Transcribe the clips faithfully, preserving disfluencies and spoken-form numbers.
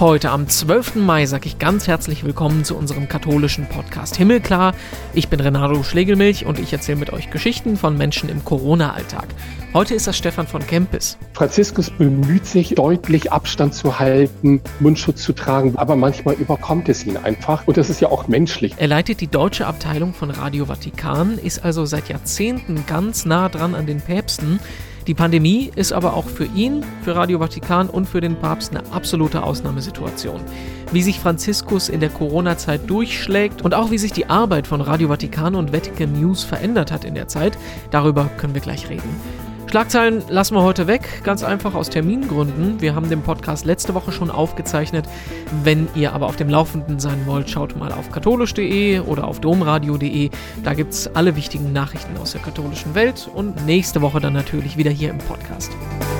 Heute am zwölften Mai sage ich ganz herzlich willkommen zu unserem katholischen Podcast Himmelklar. Ich bin Renato Schlegelmilch und ich erzähle mit euch Geschichten von Menschen im Corona-Alltag. Heute ist das Stefan von Kempis. Franziskus bemüht sich, deutlich Abstand zu halten, Mundschutz zu tragen, aber manchmal überkommt es ihn einfach und das ist ja auch menschlich. Er leitet die deutsche Abteilung von Radio Vatikan, ist also seit Jahrzehnten ganz nah dran an den Päpsten. Die Pandemie ist aber auch für ihn, für Radio Vatikan und für den Papst eine absolute Ausnahmesituation. Wie sich Franziskus in der Corona-Zeit durchschlägt und auch wie sich die Arbeit von Radio Vatikan und Vatican News verändert hat in der Zeit, darüber können wir gleich reden. Schlagzeilen lassen wir heute weg, ganz einfach aus Termingründen. Wir haben den Podcast letzte Woche schon aufgezeichnet. Wenn ihr aber auf dem Laufenden sein wollt, schaut mal auf katholisch punkt de oder auf domradio punkt de. Da gibt es alle wichtigen Nachrichten aus der katholischen Welt und nächste Woche dann natürlich wieder hier im Podcast.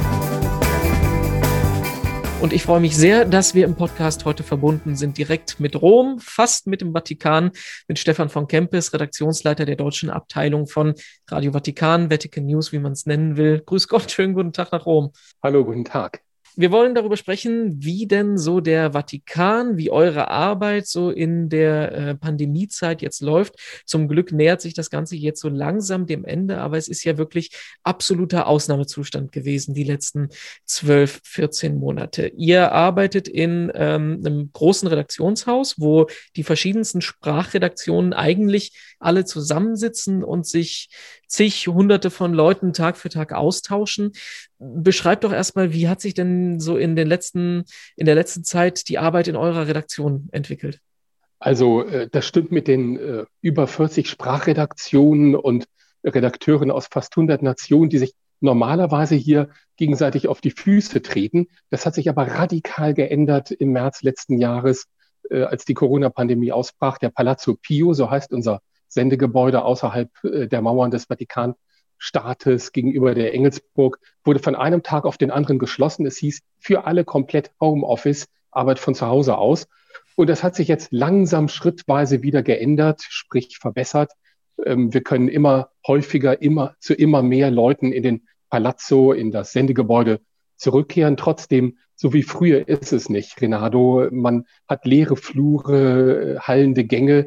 Und ich freue mich sehr, dass wir im Podcast heute verbunden sind, direkt mit Rom, fast mit dem Vatikan, mit Stefan von Kempis, Redaktionsleiter der deutschen Abteilung von Radio Vatikan, Vatican News, wie man es nennen will. Grüß Gott, schönen guten Tag nach Rom. Hallo, guten Tag. Wir wollen darüber sprechen, wie denn so der Vatikan, wie eure Arbeit so in der äh, Pandemiezeit jetzt läuft. Zum Glück nähert sich das Ganze jetzt so langsam dem Ende, aber es ist ja wirklich absoluter Ausnahmezustand gewesen, die letzten zwölf, vierzehn Monate. Ihr arbeitet in ähm, einem großen Redaktionshaus, wo die verschiedensten Sprachredaktionen eigentlich alle zusammensitzen und sich zig, hunderte von Leuten Tag für Tag austauschen. Beschreibt doch erstmal, wie hat sich denn so in den letzten, in der letzten Zeit die Arbeit in eurer Redaktion entwickelt? Also äh, das stimmt mit den äh, über vierzig Sprachredaktionen und Redakteuren aus fast hundert Nationen, die sich normalerweise hier gegenseitig auf die Füße treten. Das hat sich aber radikal geändert im März letzten Jahres, äh, als die Corona-Pandemie ausbrach. Der Palazzo Pio, so heißt unser Sendegebäude außerhalb äh, der Mauern des Vatikanstaates gegenüber der Engelsburg, wurde von einem Tag auf den anderen geschlossen. Es hieß für alle komplett Homeoffice, Arbeit von zu Hause aus. Und das hat sich jetzt langsam schrittweise wieder geändert, sprich verbessert. Ähm, wir können immer häufiger, immer zu immer mehr Leuten in den Palazzo, in das Sendegebäude zurückkehren. Trotzdem, so wie früher ist es nicht, Renato. Man hat leere Flure, hallende Gänge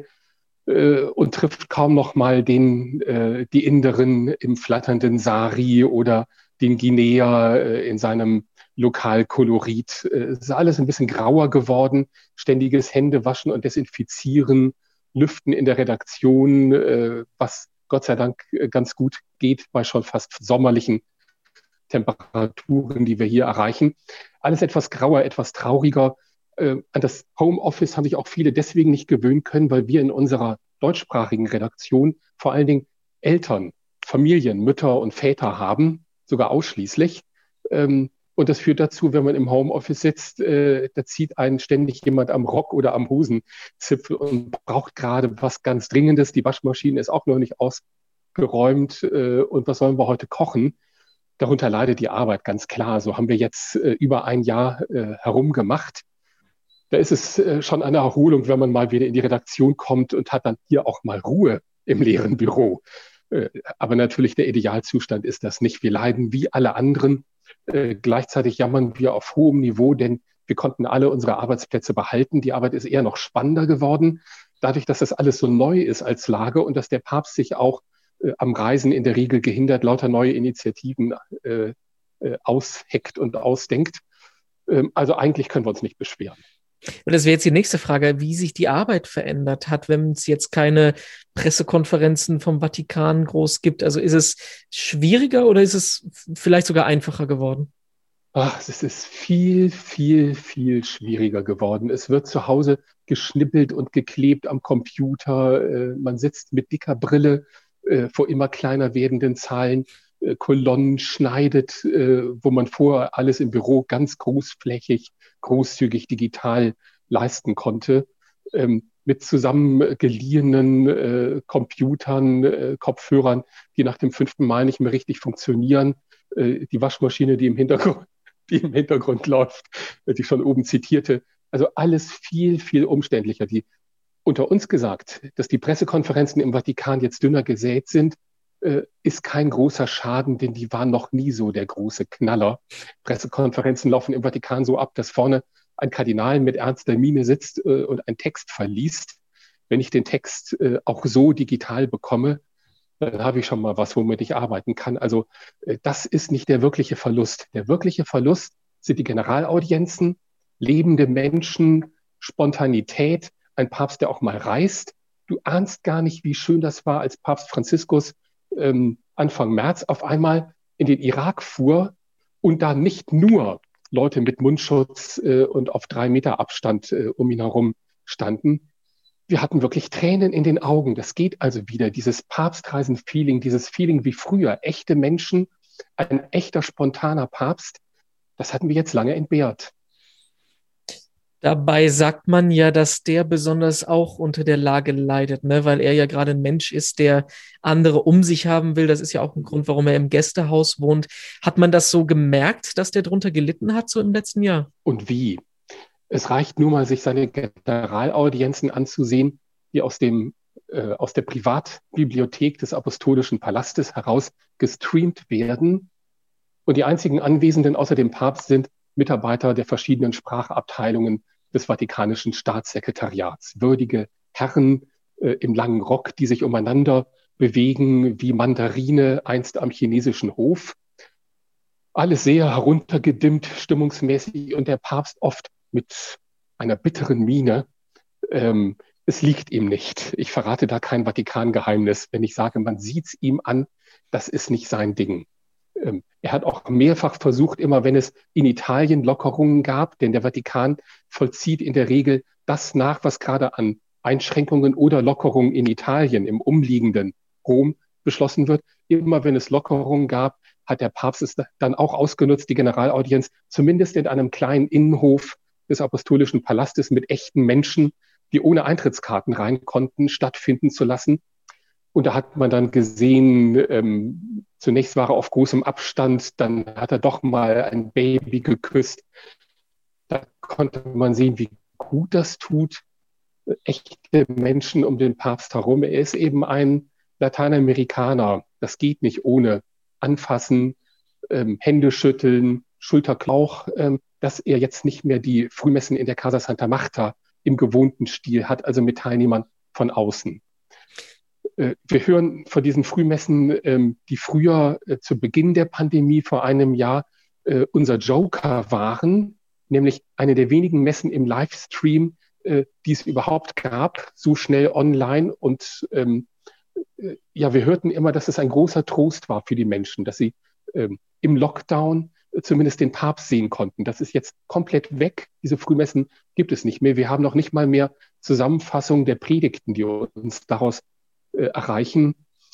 und trifft kaum noch mal den, äh, die Inderin im flatternden Sari oder den Guinea äh, in seinem Lokalkolorit. Äh, es ist alles ein bisschen grauer geworden. Ständiges Händewaschen und Desinfizieren, Lüften in der Redaktion, äh, was Gott sei Dank ganz gut geht bei schon fast sommerlichen Temperaturen, die wir hier erreichen. Alles etwas grauer, etwas trauriger. Äh, an das Homeoffice haben sich auch viele deswegen nicht gewöhnen können, weil wir in unserer deutschsprachigen Redaktion vor allen Dingen Eltern, Familien, Mütter und Väter haben, sogar ausschließlich. Ähm, und das führt dazu, wenn man im Homeoffice sitzt, äh, da zieht einen ständig jemand am Rock oder am Hosenzipfel und braucht gerade was ganz Dringendes. Die Waschmaschine ist auch noch nicht ausgeräumt. Äh, und was sollen wir heute kochen? Darunter leidet die Arbeit, ganz klar. So haben wir jetzt äh, über ein Jahr äh, herumgemacht. Da ist es äh, schon eine Erholung, wenn man mal wieder in die Redaktion kommt und hat dann hier auch mal Ruhe im leeren Büro. Äh, aber natürlich der Idealzustand ist das nicht. Wir leiden wie alle anderen. Äh, gleichzeitig jammern wir auf hohem Niveau, denn wir konnten alle unsere Arbeitsplätze behalten. Die Arbeit ist eher noch spannender geworden, dadurch, dass das alles so neu ist als Lage und dass der Papst sich auch äh, am Reisen in der Regel gehindert, lauter neue Initiativen äh, äh, ausheckt und ausdenkt. Ähm, also eigentlich können wir uns nicht beschweren. Und das wäre jetzt die nächste Frage, wie sich die Arbeit verändert hat, wenn es jetzt keine Pressekonferenzen vom Vatikan groß gibt. Also ist es schwieriger oder ist es vielleicht sogar einfacher geworden? Ach, es ist viel, viel, viel schwieriger geworden. Es wird zu Hause geschnippelt und geklebt am Computer. Man sitzt mit dicker Brille vor immer kleiner werdenden Zahlen. Kolonnen schneidet, äh, wo man vorher alles im Büro ganz großflächig, großzügig digital leisten konnte, ähm, mit zusammen geliehenen äh, Computern, äh, Kopfhörern, die nach dem fünften Mal nicht mehr richtig funktionieren, äh, die Waschmaschine, die im Hintergrund, die im Hintergrund läuft, äh, die schon oben zitierte. Also alles viel, viel umständlicher. Die, unter uns gesagt, dass die Pressekonferenzen im Vatikan jetzt dünner gesät sind, ist kein großer Schaden, denn die waren noch nie so der große Knaller. Pressekonferenzen laufen im Vatikan so ab, dass vorne ein Kardinal mit ernster Miene sitzt äh, und einen Text verliest. Wenn ich den Text äh, auch so digital bekomme, dann habe ich schon mal was, womit ich arbeiten kann. Also äh, das ist nicht der wirkliche Verlust. Der wirkliche Verlust sind die Generalaudienzen, lebende Menschen, Spontanität, ein Papst, der auch mal reist. Du ahnst gar nicht, wie schön das war, als Papst Franziskus ähm, Anfang März auf einmal in den Irak fuhr und da nicht nur Leute mit Mundschutz äh, und auf drei Meter Abstand äh, um ihn herum standen. Wir hatten wirklich Tränen in den Augen. Das geht also wieder, dieses Papstreisen-Feeling, dieses Feeling wie früher. Echte Menschen, ein echter, spontaner Papst, das hatten wir jetzt lange entbehrt. Dabei sagt man ja, dass der besonders auch unter der Lage leidet, ne? Weil er ja gerade ein Mensch ist, der andere um sich haben will. Das ist ja auch ein Grund, warum er im Gästehaus wohnt. Hat man das so gemerkt, dass der drunter gelitten hat, so im letzten Jahr? Und wie? Es reicht nur mal, sich seine Generalaudienzen anzusehen, die aus dem, äh, aus der Privatbibliothek des Apostolischen Palastes heraus gestreamt werden. Und die einzigen Anwesenden außer dem Papst sind Mitarbeiter der verschiedenen Sprachabteilungen des Vatikanischen Staatssekretariats. Würdige Herren äh, im langen Rock, die sich umeinander bewegen wie Mandarine einst am chinesischen Hof. Alles sehr heruntergedimmt, stimmungsmäßig und der Papst oft mit einer bitteren Miene. Ähm, es liegt ihm nicht. Ich verrate da kein Vatikangeheimnis, wenn ich sage, man sieht es ihm an, das ist nicht sein Ding. Ähm, er hat auch mehrfach versucht, immer wenn es in Italien Lockerungen gab, denn der Vatikan vollzieht in der Regel das nach, was gerade an Einschränkungen oder Lockerungen in Italien, im umliegenden Rom beschlossen wird. Immer wenn es Lockerungen gab, hat der Papst es dann auch ausgenutzt, die Generalaudienz zumindest in einem kleinen Innenhof des Apostolischen Palastes mit echten Menschen, die ohne Eintrittskarten rein konnten, stattfinden zu lassen. Und da hat man dann gesehen, ähm, zunächst war er auf großem Abstand, dann hat er doch mal ein Baby geküsst. Da konnte man sehen, wie gut das tut. Echte Menschen um den Papst herum. Er ist eben ein Lateinamerikaner. Das geht nicht ohne Anfassen, ähm, Hände schütteln, Schulterklauch, ähm, dass er jetzt nicht mehr die Frühmessen in der Casa Santa Marta im gewohnten Stil hat, also mit Teilnehmern von außen. Äh, wir hören von diesen Frühmessen, ähm, die früher äh, zu Beginn der Pandemie vor einem Jahr äh, unser Joker waren, nämlich eine der wenigen Messen im Livestream, äh, die es überhaupt gab, so schnell online. Und ähm, äh, ja, wir hörten immer, dass es ein großer Trost war für die Menschen, dass sie ähm, im Lockdown zumindest den Papst sehen konnten. Das ist jetzt komplett weg. Diese Frühmessen gibt es nicht mehr. Wir haben noch nicht mal mehr Zusammenfassungen der Predigten, die uns daraus äh, erreichen.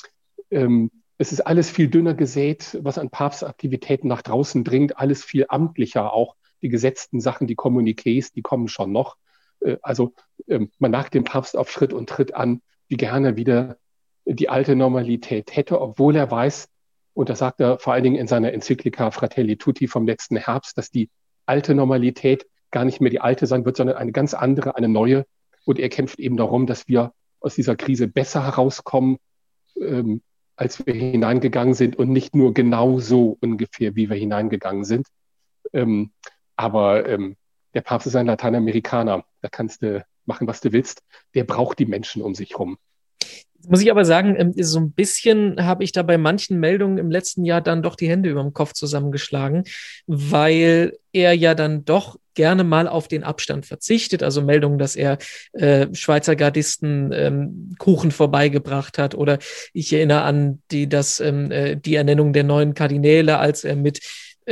Ähm, es ist alles viel dünner gesät, was an Papstaktivitäten nach draußen dringt, alles viel amtlicher auch. Die gesetzten Sachen, die Kommuniqués, die kommen schon noch. Äh, also ähm, man merkt dem Papst auf Schritt und Tritt an, wie gerne wieder die alte Normalität hätte, obwohl er weiß, und das sagt er vor allen Dingen in seiner Enzyklika Fratelli Tutti vom letzten Herbst, dass die alte Normalität gar nicht mehr die alte sein wird, sondern eine ganz andere, eine neue. Und er kämpft eben darum, dass wir aus dieser Krise besser herauskommen, ähm, als wir hineingegangen sind und nicht nur genau so ungefähr, wie wir hineingegangen sind. Ähm, aber ähm, der Papst ist ein Lateinamerikaner. Da kannst du machen, was du willst. Der braucht die Menschen um sich rum. Muss ich aber sagen, so ein bisschen habe ich da bei manchen Meldungen im letzten Jahr dann doch die Hände über dem Kopf zusammengeschlagen, weil er ja dann doch gerne mal auf den Abstand verzichtet. Also Meldungen, dass er äh, Schweizer Gardisten ähm, Kuchen vorbeigebracht hat, oder ich erinnere an die, das, ähm, äh, die Ernennung der neuen Kardinäle, als er mit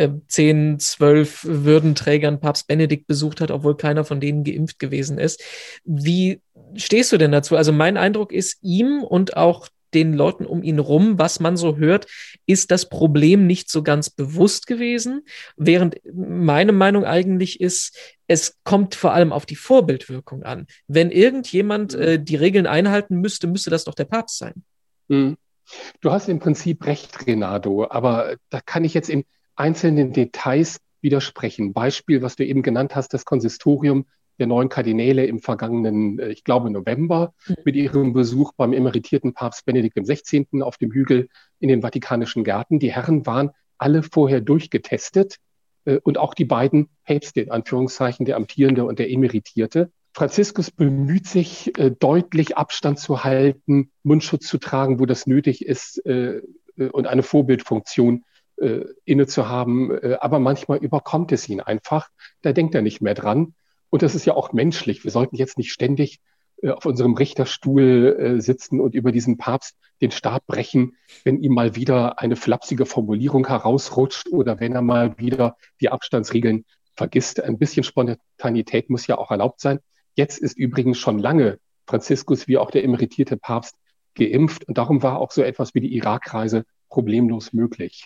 zehn, zwölf Würdenträgern Papst Benedikt besucht hat, obwohl keiner von denen geimpft gewesen ist. Wie stehst du denn dazu? Also mein Eindruck ist, ihm und auch den Leuten um ihn rum, was man so hört, ist das Problem nicht so ganz bewusst gewesen, während meine Meinung eigentlich ist, es kommt vor allem auf die Vorbildwirkung an. Wenn irgendjemand äh, die Regeln einhalten müsste, müsste das doch der Papst sein. Mhm. Du hast im Prinzip recht, Renato, aber da kann ich jetzt in einzelnen Details widersprechen. Beispiel, was du eben genannt hast, das Konsistorium der neuen Kardinäle im vergangenen, ich glaube, November mit ihrem Besuch beim emeritierten Papst Benedikt der Sechzehnte auf dem Hügel in den Vatikanischen Gärten. Die Herren waren alle vorher durchgetestet. äh, und auch die beiden Päpste, in Anführungszeichen, der amtierende und der emeritierte. Franziskus bemüht sich, äh, deutlich Abstand zu halten, Mundschutz zu tragen, wo das nötig ist, äh, äh, und eine Vorbildfunktion äh, inne zu haben. Äh, aber manchmal überkommt es ihn einfach. Da denkt er nicht mehr dran. Und das ist ja auch menschlich. Wir sollten jetzt nicht ständig äh, auf unserem Richterstuhl äh, sitzen und über diesen Papst den Stab brechen, wenn ihm mal wieder eine flapsige Formulierung herausrutscht oder wenn er mal wieder die Abstandsregeln vergisst. Ein bisschen Spontanität muss ja auch erlaubt sein. Jetzt ist übrigens schon lange Franziskus wie auch der emeritierte Papst geimpft und darum war auch so etwas wie die Irakreise problemlos möglich.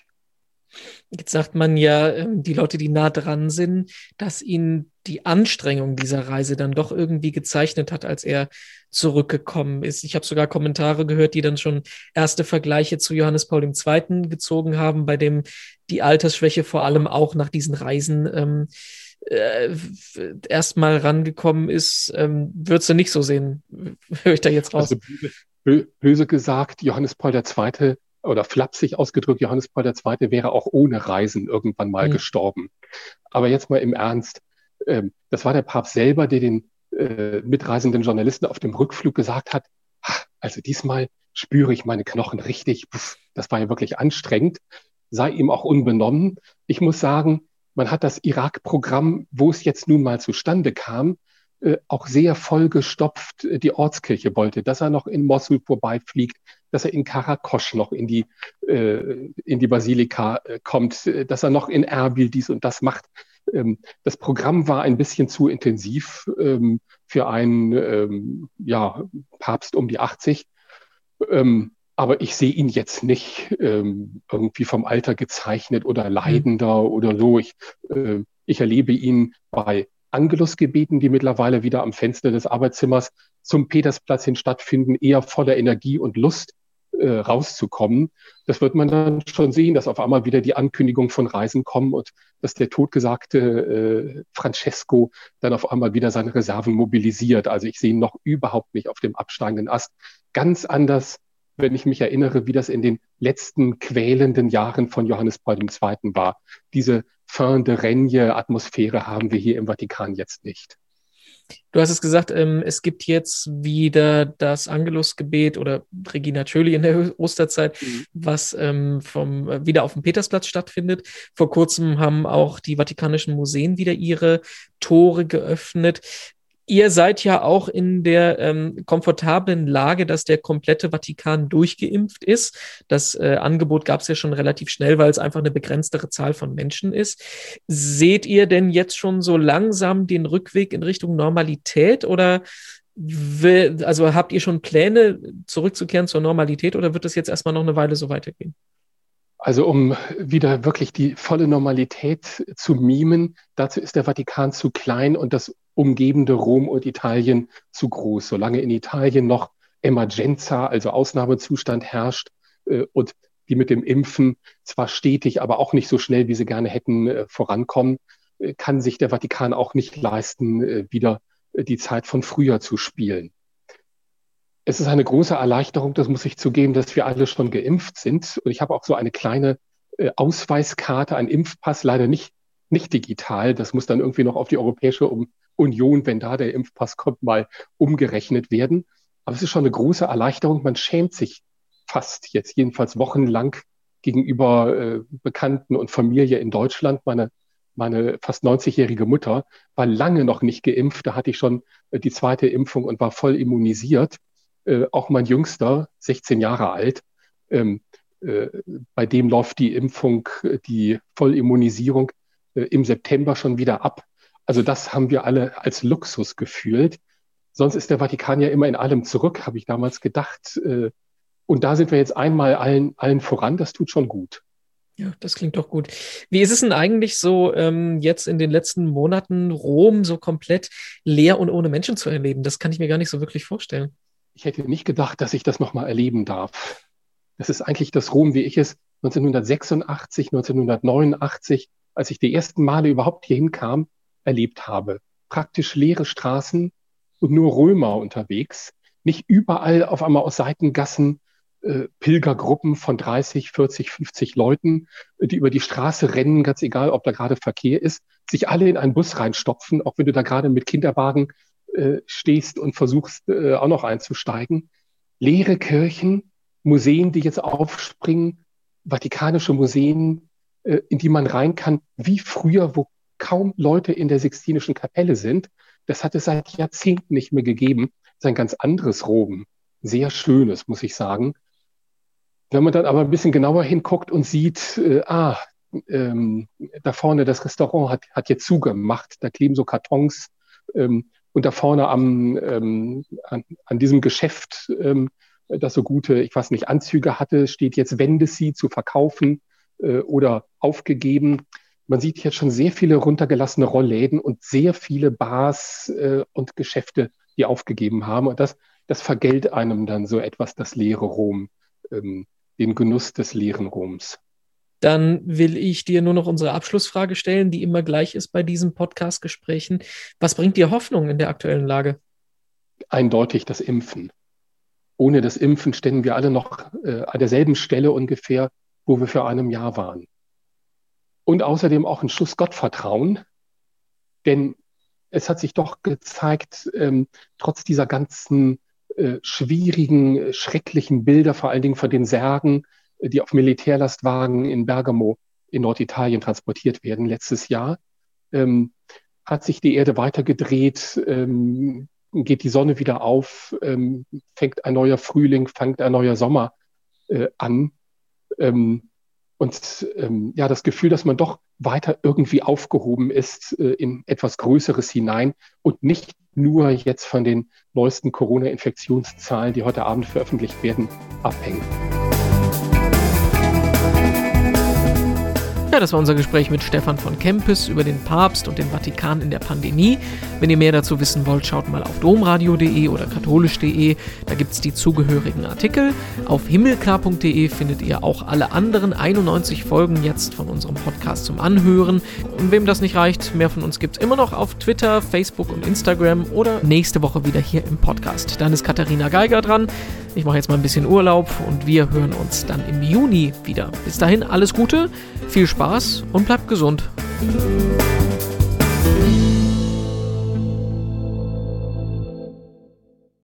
Jetzt sagt man ja, ähm, die Leute, die nah dran sind, dass ihn die Anstrengung dieser Reise dann doch irgendwie gezeichnet hat, als er zurückgekommen ist. Ich habe sogar Kommentare gehört, die dann schon erste Vergleiche zu Johannes Paul der Zweite gezogen haben, bei dem die Altersschwäche vor allem auch nach diesen Reisen ähm, äh, erstmal rangekommen ist. Ähm, würdest du nicht so sehen? Höre ich da jetzt raus? Also böse, böse gesagt, Johannes Paul der Zweite oder flapsig ausgedrückt, Johannes Paul der Zweite wäre auch ohne Reisen irgendwann mal mhm. gestorben. Aber jetzt mal im Ernst. Ähm, das war der Papst selber, der den äh, mitreisenden Journalisten auf dem Rückflug gesagt hat, also diesmal spüre ich meine Knochen richtig. Puff, das war ja wirklich anstrengend. Sei ihm auch unbenommen. Ich muss sagen, man hat das Irak-Programm, wo es jetzt nun mal zustande kam, äh, auch sehr vollgestopft die Ortskirche wollte, dass er noch in Mossul vorbeifliegt, dass er in Karakosch noch in die, äh, in die Basilika äh, kommt, dass er noch in Erbil dies und das macht. Ähm, das Programm war ein bisschen zu intensiv ähm, für einen ähm, ja, Papst um die achtzig. Ähm, aber ich sehe ihn jetzt nicht ähm, irgendwie vom Alter gezeichnet oder leidender mhm. oder so. Ich, äh, ich erlebe ihn bei Angelusgebeten, die mittlerweile wieder am Fenster des Arbeitszimmers zum Petersplatz hin stattfinden, eher voller Energie und Lust äh, rauszukommen. Das wird man dann schon sehen, dass auf einmal wieder die Ankündigung von Reisen kommen und dass der totgesagte äh, Francesco dann auf einmal wieder seine Reserven mobilisiert. Also ich sehe ihn noch überhaupt nicht auf dem absteigenden Ast. Ganz anders, wenn ich mich erinnere, wie das in den letzten quälenden Jahren von Johannes Paul der Zweite war. Diese Fin de Règne-Atmosphäre haben wir hier im Vatikan jetzt nicht. Du hast es gesagt, ähm, es gibt jetzt wieder das Angelusgebet oder Regina Coeli in der Osterzeit, mhm. was ähm, vom, äh, wieder auf dem Petersplatz stattfindet. Vor kurzem haben auch die Vatikanischen Museen wieder ihre Tore geöffnet. Ihr seid ja auch in der ähm, komfortablen Lage, dass der komplette Vatikan durchgeimpft ist. Das äh, Angebot gab es ja schon relativ schnell, weil es einfach eine begrenztere Zahl von Menschen ist. Seht ihr denn jetzt schon so langsam den Rückweg in Richtung Normalität oder will, also habt ihr schon Pläne, zurückzukehren zur Normalität oder wird das jetzt erstmal noch eine Weile so weitergehen? Also um wieder wirklich die volle Normalität zu mimen, dazu ist der Vatikan zu klein und das umgebende Rom und Italien zu groß. Solange in Italien noch Emergenza, also Ausnahmezustand herrscht äh, und die mit dem Impfen zwar stetig, aber auch nicht so schnell, wie sie gerne hätten, äh, vorankommen, äh, kann sich der Vatikan auch nicht leisten, äh, wieder äh, die Zeit von früher zu spielen. Es ist eine große Erleichterung, das muss ich zugeben, dass wir alle schon geimpft sind. Und ich habe auch so eine kleine äh, Ausweiskarte, einen Impfpass, leider nicht, nicht digital. Das muss dann irgendwie noch auf die Europäische Union, wenn da der Impfpass kommt, mal umgerechnet werden. Aber es ist schon eine große Erleichterung. Man schämt sich fast jetzt jedenfalls wochenlang gegenüber äh, Bekannten und Familie in Deutschland. Meine, meine fast neunzigjährige Mutter war lange noch nicht geimpft. Da hatte ich schon äh, die zweite Impfung und war voll immunisiert. Äh, auch mein Jüngster, sechzehn Jahre alt, ähm, äh, bei dem läuft die Impfung, die Vollimmunisierung äh, im September schon wieder ab. Also das haben wir alle als Luxus gefühlt. Sonst ist der Vatikan ja immer in allem zurück, habe ich damals gedacht. Äh, und da sind wir jetzt einmal allen, allen voran. Das tut schon gut. Ja, das klingt doch gut. Wie ist es denn eigentlich so, ähm, jetzt in den letzten Monaten Rom so komplett leer und ohne Menschen zu erleben? Das kann ich mir gar nicht so wirklich vorstellen. Ich hätte nicht gedacht, dass ich das nochmal erleben darf. Das ist eigentlich das Rom, wie ich es neunzehnhundertsechsundachtzig, neunzehnhundertneunundachtzig, als ich die ersten Male überhaupt hier hinkam, erlebt habe. Praktisch leere Straßen und nur Römer unterwegs. Nicht überall auf einmal aus Seitengassen äh, Pilgergruppen von dreißig, vierzig, fünfzig Leuten, die über die Straße rennen, ganz egal, ob da gerade Verkehr ist, sich alle in einen Bus reinstopfen, auch wenn du da gerade mit Kinderwagen äh, stehst und versuchst äh, auch noch einzusteigen. Leere Kirchen, Museen, die jetzt aufspringen, vatikanische Museen, äh, in die man rein kann, wie früher, wo kaum Leute in der Sixtinischen Kapelle sind. Das hat es seit Jahrzehnten nicht mehr gegeben. Das ist ein ganz anderes Rom. Sehr schönes, muss ich sagen. Wenn man dann aber ein bisschen genauer hinguckt und sieht, äh, ah, ähm, da vorne das Restaurant hat, hat jetzt zugemacht, da kleben so Kartons ähm, und da vorne am, ähm, an, an diesem Geschäft, ähm, das so gute, ich weiß nicht, Anzüge hatte, steht jetzt Wende sie zu verkaufen äh, oder aufgegeben. Man sieht jetzt schon sehr viele runtergelassene Rollläden und sehr viele Bars äh, und Geschäfte, die aufgegeben haben. Und das, das vergällt einem dann so etwas das leere Rom, ähm, den Genuss des leeren Roms. Dann will ich dir nur noch unsere Abschlussfrage stellen, die immer gleich ist bei diesen Podcast-Gesprächen. Was bringt dir Hoffnung in der aktuellen Lage? Eindeutig das Impfen. Ohne das Impfen ständen wir alle noch äh, an derselben Stelle ungefähr, wo wir vor einem Jahr waren. Und außerdem auch ein Schuss Gottvertrauen, denn es hat sich doch gezeigt, ähm, trotz dieser ganzen äh, schwierigen, schrecklichen Bilder, vor allen Dingen von den Särgen, äh, die auf Militärlastwagen in Bergamo in Norditalien transportiert werden letztes Jahr, ähm, hat sich die Erde weitergedreht, ähm, geht die Sonne wieder auf, ähm, fängt ein neuer Frühling, fängt ein neuer Sommer äh, an. Ähm, Und ähm, ja, das Gefühl, dass man doch weiter irgendwie aufgehoben ist äh, in etwas Größeres hinein und nicht nur jetzt von den neuesten Corona-Infektionszahlen, die heute Abend veröffentlicht werden, abhängen. Ja, das war unser Gespräch mit Stefan von Kempis über den Papst und den Vatikan in der Pandemie. Wenn ihr mehr dazu wissen wollt, schaut mal auf domradio punkt de oder katholisch punkt de. Da gibt es die zugehörigen Artikel. Auf himmelklar punkt de findet ihr auch alle anderen einundneunzig Folgen jetzt von unserem Podcast zum Anhören. Und wem das nicht reicht, mehr von uns gibt es immer noch auf Twitter, Facebook und Instagram oder nächste Woche wieder hier im Podcast. Dann ist Katharina Geiger dran. Ich mache jetzt mal ein bisschen Urlaub und wir hören uns dann im Juni wieder. Bis dahin alles Gute, viel Spaß und bleibt gesund.